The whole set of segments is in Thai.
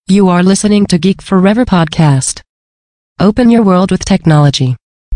You are listening to Geek Forever podcast. Open your world with technology.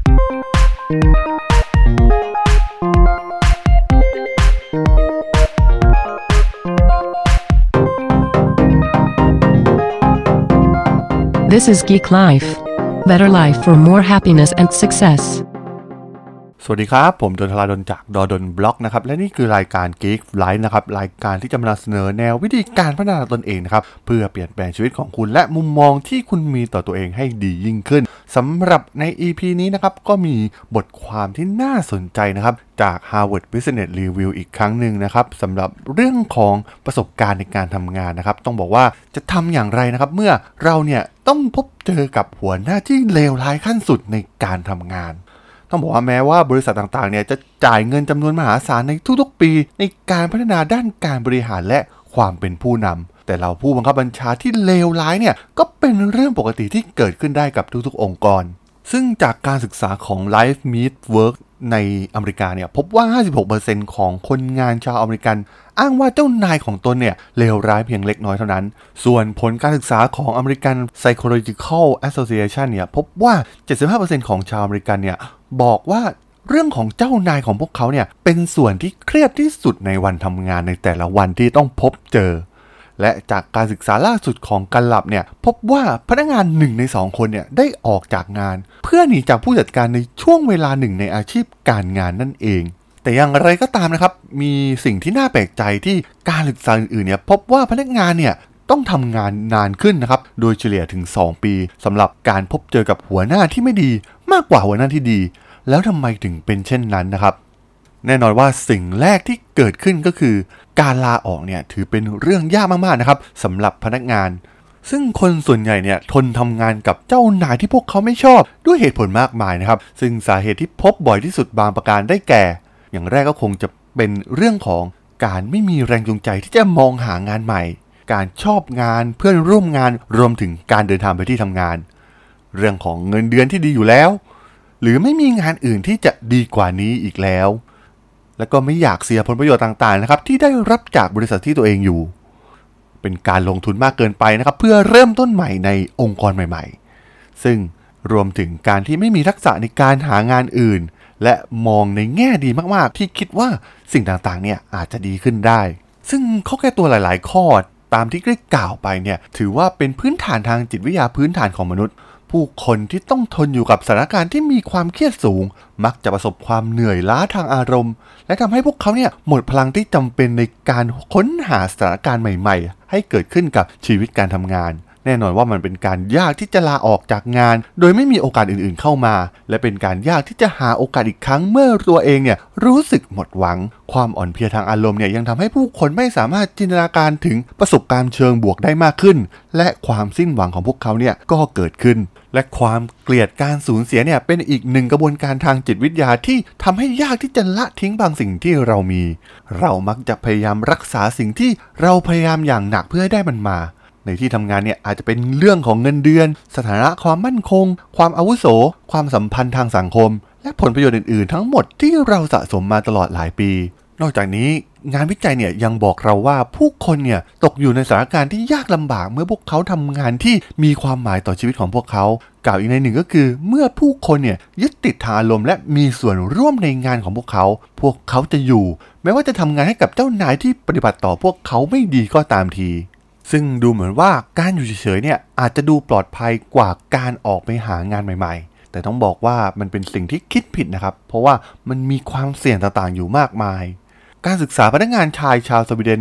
This is Geek Life. Better life for more happiness and success. สวัสดีครับผมดนทราดลจากดนบล็อกนะครับและนี่คือรายการ Geek Life นะครับรายการที่จะมานำเสนอแนววิธีการพัฒนาตนเองนะครับเพื่อเปลี่ยนแปลงชีวิตของคุณและมุมมองที่คุณมีต่อตัวเองให้ดียิ่งขึ้นสำหรับใน EP นี้นะครับก็มีบทความที่น่าสนใจนะครับจาก Harvard Business Review อีกครั้งหนึ่งนะครับสำหรับเรื่องของประสบการณ์ในการทำงานนะครับต้องบอกว่าจะทำอย่างไรนะครับเมื่อเราเนี่ยต้องพบเจอกับหัวหน้าที่เลวร้ายขั้นสุดในการทำงานต้องบอกว่าแม้ว่าบริษัทต่างๆเนี่ยจะจ่ายเงินจำนวนมหาศาลในทุกๆปีในการพัฒนาด้านการบริหารและความเป็นผู้นำแต่เราผู้บังคับบัญชาที่เลวร้ายเนี่ยก็เป็นเรื่องปกติที่เกิดขึ้นได้กับทุกๆองค์กรซึ่งจากการศึกษาของ Life Meet Work ในอเมริกาเนี่ยพบว่า 56% ของคนงานชาวอเมริกันอ้างว่าเจ้านายของตนเนี่ยเลวร้ายเพียงเล็กน้อยเท่านั้นส่วนผลการศึกษาของ American Psychological Association เนี่ยพบว่า 75% ของชาวอเมริกันเนี่ยบอกว่าเรื่องของเจ้านายของพวกเขาเนี่ยเป็นส่วนที่เครียดที่สุดในวันทำงานในแต่ละวันที่ต้องพบเจอและจากการศึกษาล่าสุดของกัลลับเนี่ยพบว่าพนักงาน1ใน2คนเนี่ยได้ออกจากงานเพื่อหนีจากผู้จัดการในช่วงเวลาหนึ่งในอาชีพการงานนั่นเองแต่อย่างไรก็ตามนะครับมีสิ่งที่น่าแปลกใจที่การศึกษาอื่นๆเนี่ยพบว่าพนักงานเนี่ยต้องทำงานนานขึ้นนะครับโดยเฉลี่ยถึง2ปีสำหรับการพบเจอกับหัวหน้าที่ไม่ดีมากกว่าหัวหน้าที่ดีแล้วทำไมถึงเป็นเช่นนั้นนะครับแน่นอนว่าสิ่งแรกที่เกิดขึ้นก็คือการลาออกเนี่ยถือเป็นเรื่องยากมากๆนะครับสำหรับพนักงานซึ่งคนส่วนใหญ่เนี่ยทนทำงานกับเจ้านายที่พวกเขาไม่ชอบด้วยเหตุผลมากมายนะครับซึ่งสาเหตุที่พบบ่อยที่สุดบางประการได้แก่อย่างแรกก็คงจะเป็นเรื่องของการไม่มีแรงจูงใจที่จะมองหางานใหม่การชอบงานเพื่อนร่วมงานรวมถึงการเดินทางไปที่ทำงานเรื่องของเงินเดือนที่ดีอยู่แล้วหรือไม่มีงานอื่นที่จะดีกว่านี้อีกแล้วแล้วก็ไม่อยากเสียผลประโยชน์ต่างๆนะครับที่ได้รับจากบริษัทที่ตัวเองอยู่เป็นการลงทุนมากเกินไปนะครับเพื่อเริ่มต้นใหม่ในองค์กรใหม่ๆซึ่งรวมถึงการที่ไม่มีทักษะในการหางานอื่นและมองในแง่ดีมากๆที่คิดว่าสิ่งต่างๆเนี่ยอาจจะดีขึ้นได้ซึ่งข้อแก้ตัวหลายๆข้อตามที่ได้กล่าวไปเนี่ยถือว่าเป็นพื้นฐานทางจิตวิทยาพื้นฐานของมนุษย์ผู้คนที่ต้องทนอยู่กับสถานการณ์ที่มีความเครียดสูงมักจะประสบความเหนื่อยล้าทางอารมณ์และทำให้พวกเขาเนี่ยหมดพลังที่จำเป็นในการค้นหาสถานการณ์ใหม่ๆให้เกิดขึ้นกับชีวิตการทำงานแน่นอนว่ามันเป็นการยากที่จะลาออกจากงานโดยไม่มีโอกาสอื่นๆเข้ามาและเป็นการยากที่จะหาโอกาสอีกครั้งเมื่อตัวเองเนี่ยรู้สึกหมดหวังความอ่อนเพลียทางอารมณ์เนี่ยยังทำให้ผู้คนไม่สามารถจินตนาการถึงประสบการณ์เชิงบวกได้มากขึ้นและความสิ้นหวังของพวกเขาเนี่ยก็เกิดขึ้นและความเกลียดการสูญเสียเนี่ยเป็นอีกหนึ่งกระบวนการทางจิตวิทยาที่ทำให้ยากที่จะละทิ้งบางสิ่งที่เรามีเรามักจะพยายามรักษาสิ่งที่เราพยายามอย่างหนักเพื่อให้ได้มันมาในที่ทำงานเนี่ยอาจจะเป็นเรื่องของเงินเดือนสถานะความมั่นคงความอาวุโสความสัมพันธ์ทางสังคมและผลประโยชน์อื่นๆทั้งหมดที่เราสะสมมาตลอดหลายปีนอกจากนี้งานวิจัยเนี่ยยังบอกเราว่าผู้คนเนี่ยตกอยู่ในสถานการณ์ที่ยากลำบากเมื่อพวกเขาทำงานที่มีความหมายต่อชีวิตของพวกเขากล่าวอีกในหนึ่งก็คือเมื่อผู้คนเนี่ยยึดติดทางอารมณ์และมีส่วนร่วมในงานของพวกเขาจะอยู่แม้ว่าจะทำงานให้กับเจ้านายที่ปฏิบัติต่อพวกเขาไม่ดีก็ตามทีซึ่งดูเหมือนว่าการอยู่เฉยๆเนี่ยอาจจะดูปลอดภัยกว่าการออกไปหางานใหม่ๆแต่ต้องบอกว่ามันเป็นสิ่งที่คิดผิดนะครับเพราะว่ามันมีความเสี่ยงต่างๆอยู่มากมายการศึกษาพนักงานชายชาวสวีเดน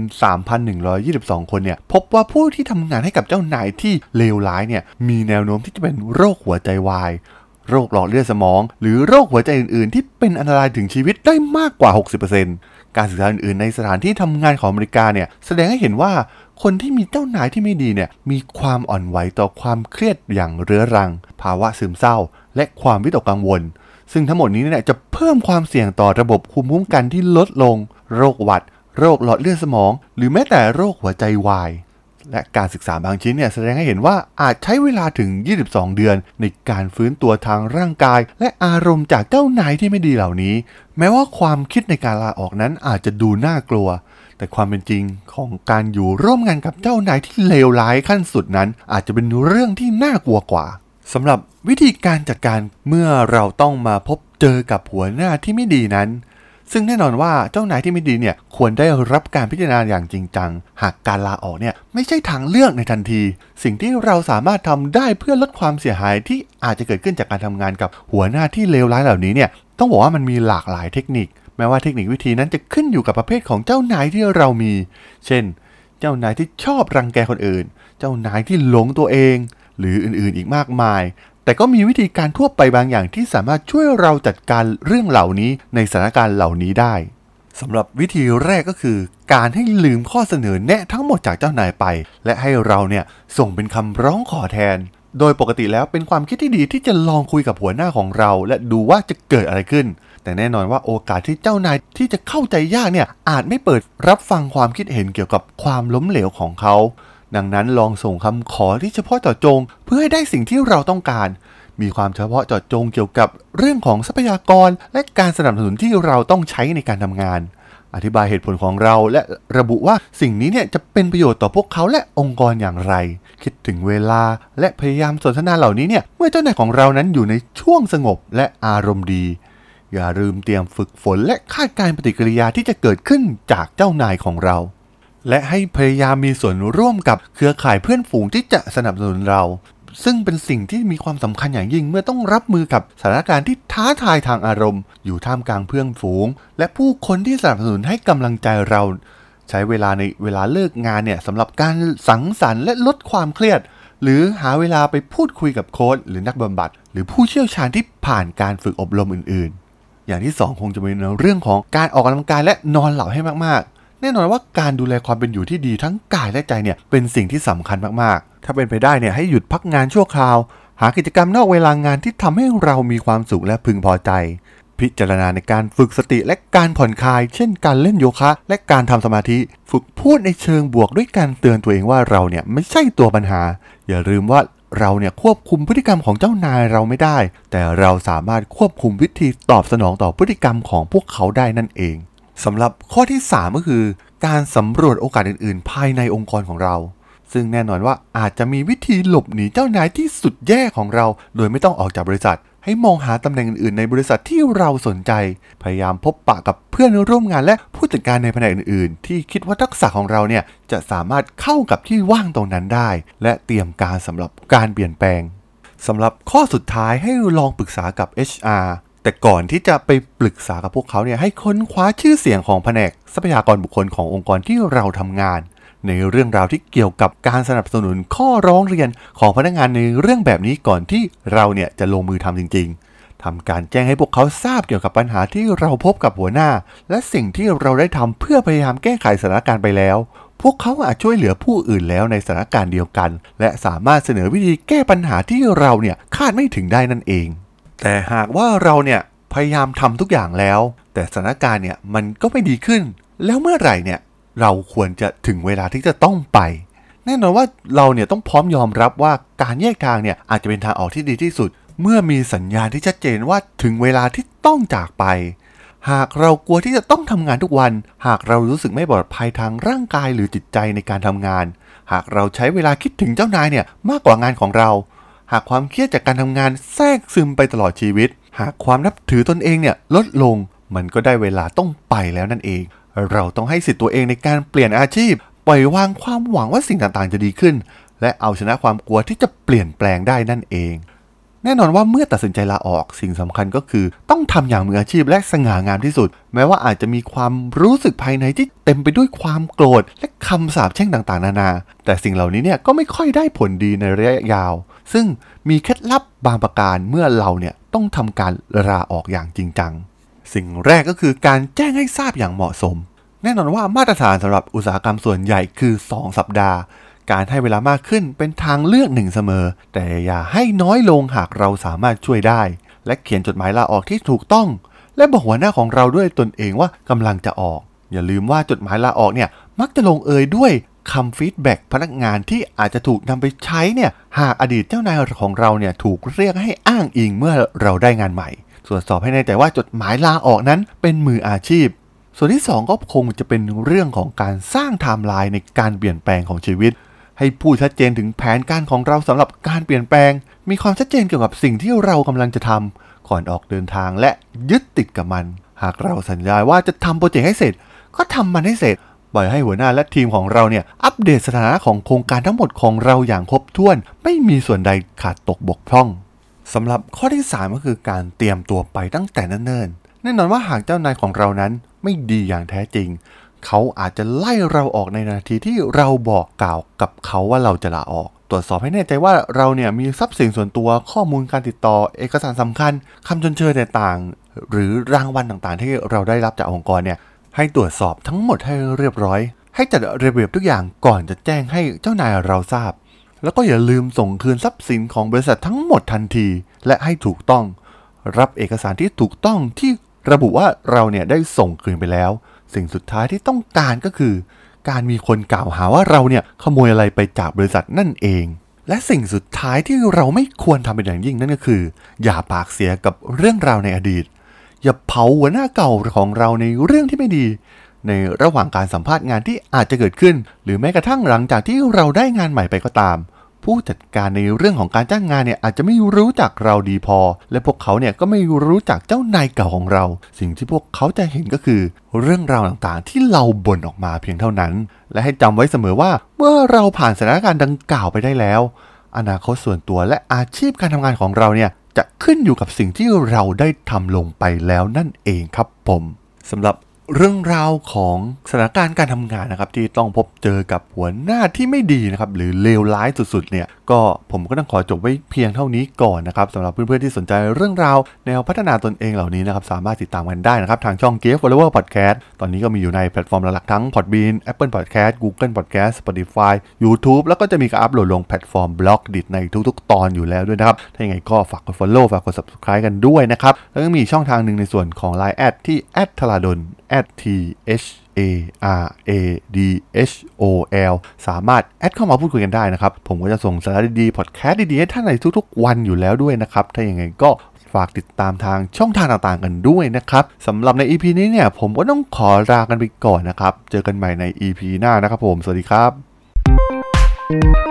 3,122 คนเนี่ยพบว่าผู้ที่ทำงานให้กับเจ้านายที่เลวร้ายเนี่ยมีแนวโน้มที่จะเป็นโรคหัวใจวายโรคหลอดเลือดสมองหรือโรคหัวใจอื่นๆที่เป็นอันตรายถึงชีวิตได้มากกว่า 60% การศึกษาอื่นๆในสถานที่ทำงานของอเมริกาเนี่ยแสดงให้เห็นว่าคนที่มีเจ้านายที่ไม่ดีเนี่ยมีความอ่อนไหวต่อความเครียดอย่างเรื้อรังภาวะซึมเศร้าและความวิตกกังวลซึ่งทั้งหมดนี้เนี่ยจะเพิ่มความเสี่ยงต่อระบบภูมิคุ้มกันที่ลดลงโรคหวัดโรคหลอดเลือดสมองหรือแม้แต่โรคหัวใจวายและการศึกษาบางชิ้นเนี่ยแสดงให้เห็นว่าอาจใช้เวลาถึง22เดือนในการฟื้นตัวทางร่างกายและอารมณ์จากเจ้านายที่ไม่ดีเหล่านี้แม้ว่าความคิดในการลาออกนั้นอาจจะดูน่ากลัวแต่ความเป็นจริงของการอยู่ร่วมงานกับเจ้านายที่เลวร้ายขั้นสุดนั้นอาจจะเป็นเรื่องที่น่ากลัวกว่าสำหรับวิธีการจัดการเมื่อเราต้องมาพบเจอกับหัวหน้าที่ไม่ดีนั้นซึ่งแน่นอนว่าเจ้านายที่ไม่ดีเนี่ยควรได้รับการพิจารณาอย่างจริงจังหากการลาออกเนี่ยไม่ใช่ทางเลือกในทันทีสิ่งที่เราสามารถทำได้เพื่อลดความเสียหายที่อาจจะเกิดขึ้นจากการทำงานกับหัวหน้าที่เลวร้ายเหล่านี้เนี่ยต้องบอกว่ามันมีหลากหลายเทคนิคแม้ว่าเทคนิควิธีนั้นจะขึ้นอยู่กับประเภทของเจ้านายที่เรามีเช่นเจ้านายที่ชอบรังแกคนอื่นเจ้านายที่หลงตัวเองหรืออื่นๆอีกมากมายแต่ก็มีวิธีการทั่วไปบางอย่างที่สามารถช่วยเราจัดการเรื่องเหล่านี้ในสถานการณ์เหล่านี้ได้สำหรับวิธีแรกก็คือการให้ลืมข้อเสนอแนะทั้งหมดจากเจ้านายไปและให้เราเนี่ยส่งเป็นคำร้องขอแทนโดยปกติแล้วเป็นความคิดที่ดีที่จะลองคุยกับหัวหน้าของเราและดูว่าจะเกิดอะไรขึ้นแต่แน่นอนว่าโอกาสที่เจ้านายที่จะเข้าใจยากเนี่ยอาจไม่เปิดรับฟังความคิดเห็นเกี่ยวกับความล้มเหลวของเขาดังนั้นลองส่งคำขอที่เฉพาะเจาะจงเพื่อให้ได้สิ่งที่เราต้องการมีความเฉพาะเจาะจงเกี่ยวกับเรื่องของทรัพยากรและการสนับสนุนที่เราต้องใช้ในการทำงานอธิบายเหตุผลของเราและระบุว่าสิ่งนี้เนี่ยจะเป็นประโยชน์ต่อพวกเขาและองค์กรอย่างไรคิดถึงเวลาและพยายามสนทนาเหล่านี้เนี่ยเมื่อเจ้านายของเรานั้นอยู่ในช่วงสงบและอารมณ์ดีอย่าลืมเตรียมฝึกฝนและคาดการณ์ปฏิกิริยาที่จะเกิดขึ้นจากเจ้านายของเราและให้พยายามมีส่วนร่วมกับเครือข่ายเพื่อนฝูงที่จะสนับสนุนเราซึ่งเป็นสิ่งที่มีความสำคัญอย่างยิ่งเมื่อต้องรับมือกับสถานการณ์ที่ท้าทายทางอารมณ์อยู่ท่ามกลางเพื่อนฝูงและผู้คนที่สนับสนุนให้กำลังใจเราใช้เวลาในเวลาเลิกงานเนี่ยสำหรับการสังสรรค์และลดความเครียดหรือหาเวลาไปพูดคุยกับโค้ชหรือนักบำบัดหรือผู้เชี่ยวชาญที่ผ่านการฝึกอบรมอื่นๆอย่างที่2คงจะเป็นเรื่องของการออกกำลังกายและนอนหลับให้มากๆแน่นอนว่าการดูแลความเป็นอยู่ที่ดีทั้งกายและใจเนี่ยเป็นสิ่งที่สำคัญมากๆถ้าเป็นไปได้เนี่ยให้หยุดพักงานชั่วคราวหากิจกรรมนอกเวลางานที่ทำให้เรามีความสุขและพึงพอใจพิจารณาในการฝึกสติและการผ่อนคลายเช่นการเล่นโยคะและการทำสมาธิฝึกพูดในเชิงบวกด้วยการเตือนตัวเองว่าเราเนี่ยไม่ใช่ตัวปัญหาอย่าลืมว่าเราเนี่ยควบคุมพฤติกรรมของเจ้านายเราไม่ได้แต่เราสามารถควบคุมวิธีตอบสนองต่อพฤติกรรมของพวกเขาได้นั่นเองสำหรับข้อที่3ก็คือการสำรวจโอกาสอื่นๆภายในองค์กรของเราซึ่งแน่นอนว่าอาจจะมีวิธีหลบหนีเจ้านายที่สุดแย่ของเราโดยไม่ต้องออกจากบริษัทให้มองหาตำแหน่งอื่นๆในบริษัทที่เราสนใจพยายามพบปะกับเพื่อนร่วมงานและผู้จัดการในแผนกอื่นๆที่คิดว่าทักษะของเราเนี่ยจะสามารถเข้ากับที่ว่างตรงนั้นได้และเตรียมการสำหรับการเปลี่ยนแปลงสำหรับข้อสุดท้ายให้ลองปรึกษากับ HR แต่ก่อนที่จะไปปรึกษากับพวกเขาเนี่ยให้ค้นคว้าชื่อเสียงของแผนกทรัพยากรบุคคลขององค์กรที่เราทำงานในเรื่องราวที่เกี่ยวกับการสนับสนุนข้อร้องเรียนของพนักงานในเรื่องแบบนี้ก่อนที่เราเนี่ยจะลงมือทำจริงๆทำการแจ้งให้พวกเขาทราบเกี่ยวกับปัญหาที่เราพบกับหัวหน้าและสิ่งที่เราได้ทำเพื่อพยายามแก้ไขสถานการณ์ไปแล้วพวกเขาอาจช่วยเหลือผู้อื่นแล้วในสถานการณ์เดียวกันและสามารถเสนอวิธีแก้ปัญหาที่เราเนี่ยคาดไม่ถึงได้นั่นเองแต่หากว่าเราเนี่ยพยายามทำทุกอย่างแล้วแต่สถานการณ์เนี่ยมันก็ไม่ดีขึ้นแล้วเมื่อไหร่เนี่ยเราควรจะถึงเวลาที่จะต้องไปแน่นอนว่าเราเนี่ยต้องพร้อมยอมรับว่าการแยกทางเนี่ยอาจจะเป็นทางออกที่ดีที่สุดเมื่อมีสัญญาณที่ชัดเจนว่าถึงเวลาที่ต้องจากไปหากเรากลัวที่จะต้องทำงานทุกวันหากเรารู้สึกไม่ปลอดภัยทางร่างกายหรือจิตใจในการทำงานหากเราใช้เวลาคิดถึงเจ้านายเนี่ยมากกว่างานของเราหากความเครียดจากการทำงานแทรกซึมไปตลอดชีวิตหากความนับถือตนเองเนี่ยลดลงมันก็ได้เวลาต้องไปแล้วนั่นเองเราต้องให้สิทธิ์ตัวเองในการเปลี่ยนอาชีพปล่อยวางความหวังว่าสิ่งต่างๆจะดีขึ้นและเอาชนะความกลัวที่จะเปลี่ยนแปลงได้นั่นเองแน่นอนว่าเมื่อตัดสินใจลาออกสิ่งสำคัญก็คือต้องทำอย่างมืออาชีพและสง่างามที่สุดแม้ว่าอาจจะมีความรู้สึกภายในที่เต็มไปด้วยความโกรธและคำสาปแช่งต่างๆนานาแต่สิ่งเหล่านี้เนี่ยก็ไม่ค่อยได้ผลดีในระยะยาวซึ่งมีเคล็ดลับบางประการเมื่อเราเนี่ยต้องทำการลาออกอย่างจริงจังสิ่งแรกก็คือการแจ้งให้ทราบอย่างเหมาะสมแน่นอนว่ามาตรฐานสำหรับอุตสาหกรรมส่วนใหญ่คือ2สัปดาห์การให้เวลามากขึ้นเป็นทางเลือกหนึ่งเสมอแต่อย่าให้น้อยลงหากเราสามารถช่วยได้และเขียนจดหมายลาออกที่ถูกต้องและบอกหัวหน้าของเราด้วยตนเองว่ากำลังจะออกอย่าลืมว่าจดหมายลาออกเนี่ยมักจะลงเอยด้วยคำฟีดแบ็กพนักงานที่อาจจะถูกนำไปใช้เนี่ยหากอดีตเจ้านายของเราเนี่ยถูกเรียกให้อ้างอิงเมื่อเราได้งานใหม่ตรวจสอบให้แน่ใจว่าจดหมายลาออกนั้นเป็นมืออาชีพส่วนที่2ก็คงจะเป็นเรื่องของการสร้างไทม์ไลน์ในการเปลี่ยนแปลงของชีวิตให้พูดชัดเจนถึงแผนการของเราสำหรับการเปลี่ยนแปลงมีความชัดเจนเกี่ยวกับสิ่งที่เรากำลังจะทำก่อนออกเดินทางและยึดติดกับมันหากเราสัญญาว่าจะทำโปรเจกต์ให้เสร็จก็ทำมันให้เสร็จปล่อยให้หัวหน้าและทีมของเราเนี่ยอัปเดตสถานะของโครงการทั้งหมดของเราอย่างครบถ้วนไม่มีส่วนใดขาดตกบกพร่องสำหรับข้อที่3ก็คือการเตรียมตัวไปตั้งแต่เนิ่นๆแน่นอนว่าหากเจ้านายของเรานั้นไม่ดีอย่างแท้จริงเขาอาจจะไล่เราออกในนาทีที่เราบอกกล่าวกับเขาว่าเราจะลาออกตรวจสอบให้แน่ใจว่าเราเนี่ยมีทรัพย์สินส่วนตัวข้อมูลการติดต่อเอกสารสำคัญคำชมเชยต่างๆหรือรางวัลต่างๆที่เราได้รับจากองค์กรเนี่ยให้ตรวจสอบทั้งหมดให้เรียบร้อยให้จัดระเบียบทุกอย่างก่อนจะแจ้งให้เจ้านายเราทราบแล้วก็อย่าลืมส่งคืนทรัพย์สินของบริษัททั้งหมดทันทีและให้ถูกต้องรับเอกสารที่ถูกต้องที่ระบุว่าเราเนี่ยได้ส่งคืนไปแล้วสิ่งสุดท้ายที่ต้องการก็คือการมีคนกล่าวหาว่าเราเนี่ยขโมยอะไรไปจากบริษัทนั่นเองและสิ่งสุดท้ายที่เราไม่ควรทำเป็นอย่างยิ่งนั่นก็คืออย่าปากเสียกับเรื่องราวในอดีตอย่าเผาหัวหน้าเก่าของเราในเรื่องที่ไม่ดีในระหว่างการสัมภาษณ์งานที่อาจจะเกิดขึ้นหรือแม้กระทั่งหลังจากที่เราได้งานใหม่ไปก็ตามผู้จัดการในเรื่องของการจ้างงานเนี่ยอาจจะไม่รู้จักเราดีพอและพวกเขาเนี่ยก็ไม่รู้จักเจ้านายเก่าของเราสิ่งที่พวกเขาจะเห็นก็คือเรื่องราวต่างๆที่เราบ่นออกมาเพียงเท่านั้นและให้จำไว้เสมอว่าเมื่อเราผ่านสถานการณ์ดังกล่าวไปได้แล้วอนาคตส่วนตัวและอาชีพการทำงานของเราเนี่ยจะขึ้นอยู่กับสิ่งที่เราได้ทำลงไปแล้วนั่นเองครับผมสำหรับเรื่องราวของสถานการณ์การทำงานนะครับที่ต้องพบเจอกับหัวหน้าที่ไม่ดีนะครับหรือเลวร้ายสุดๆเนี่ยก็ผมก็ต้องขอจบไว้เพียงเท่านี้ก่อนนะครับสำหรับเพื่อนๆที่สนใจเรื่องราวแนวพัฒนาตนเองเหล่านี้นะครับสามารถติดตามกันได้นะครับทางช่อง Game Follower Podcast ตอนนี้ก็มีอยู่ในแพลตฟอร์มหลักๆทั้ง Podbean Apple Podcast Google Podcast Spotify YouTube แล้วก็จะมีการอัปโหลดลงแพลตฟอร์มบล็อกดิในทุกๆตอนอยู่แล้วด้วยนะครับถ้าอย่างไรก็ฝากกด Follow ฝากกด Subscribe กันด้วยนะครับแล้วก็มีช่องทางหนึ่งในส่วนของ Line แอดที่@thradol @THARADHOL สามารถแอดเข้ามาพูดคุยกันได้นะครับผมก็จะส่งสาระดีๆพอดแคสต์ดีๆให้ท่านในทุกๆวันอยู่แล้วด้วยนะครับถ้าอย่างไรก็ฝากติดตามทางช่องทางต่างๆกันด้วยนะครับสำหรับใน EP นี้เนี่ยผมก็ต้องขอลากันไปก่อนนะครับเจอกันใหม่ใน EP หน้านะครับผมสวัสดีครับ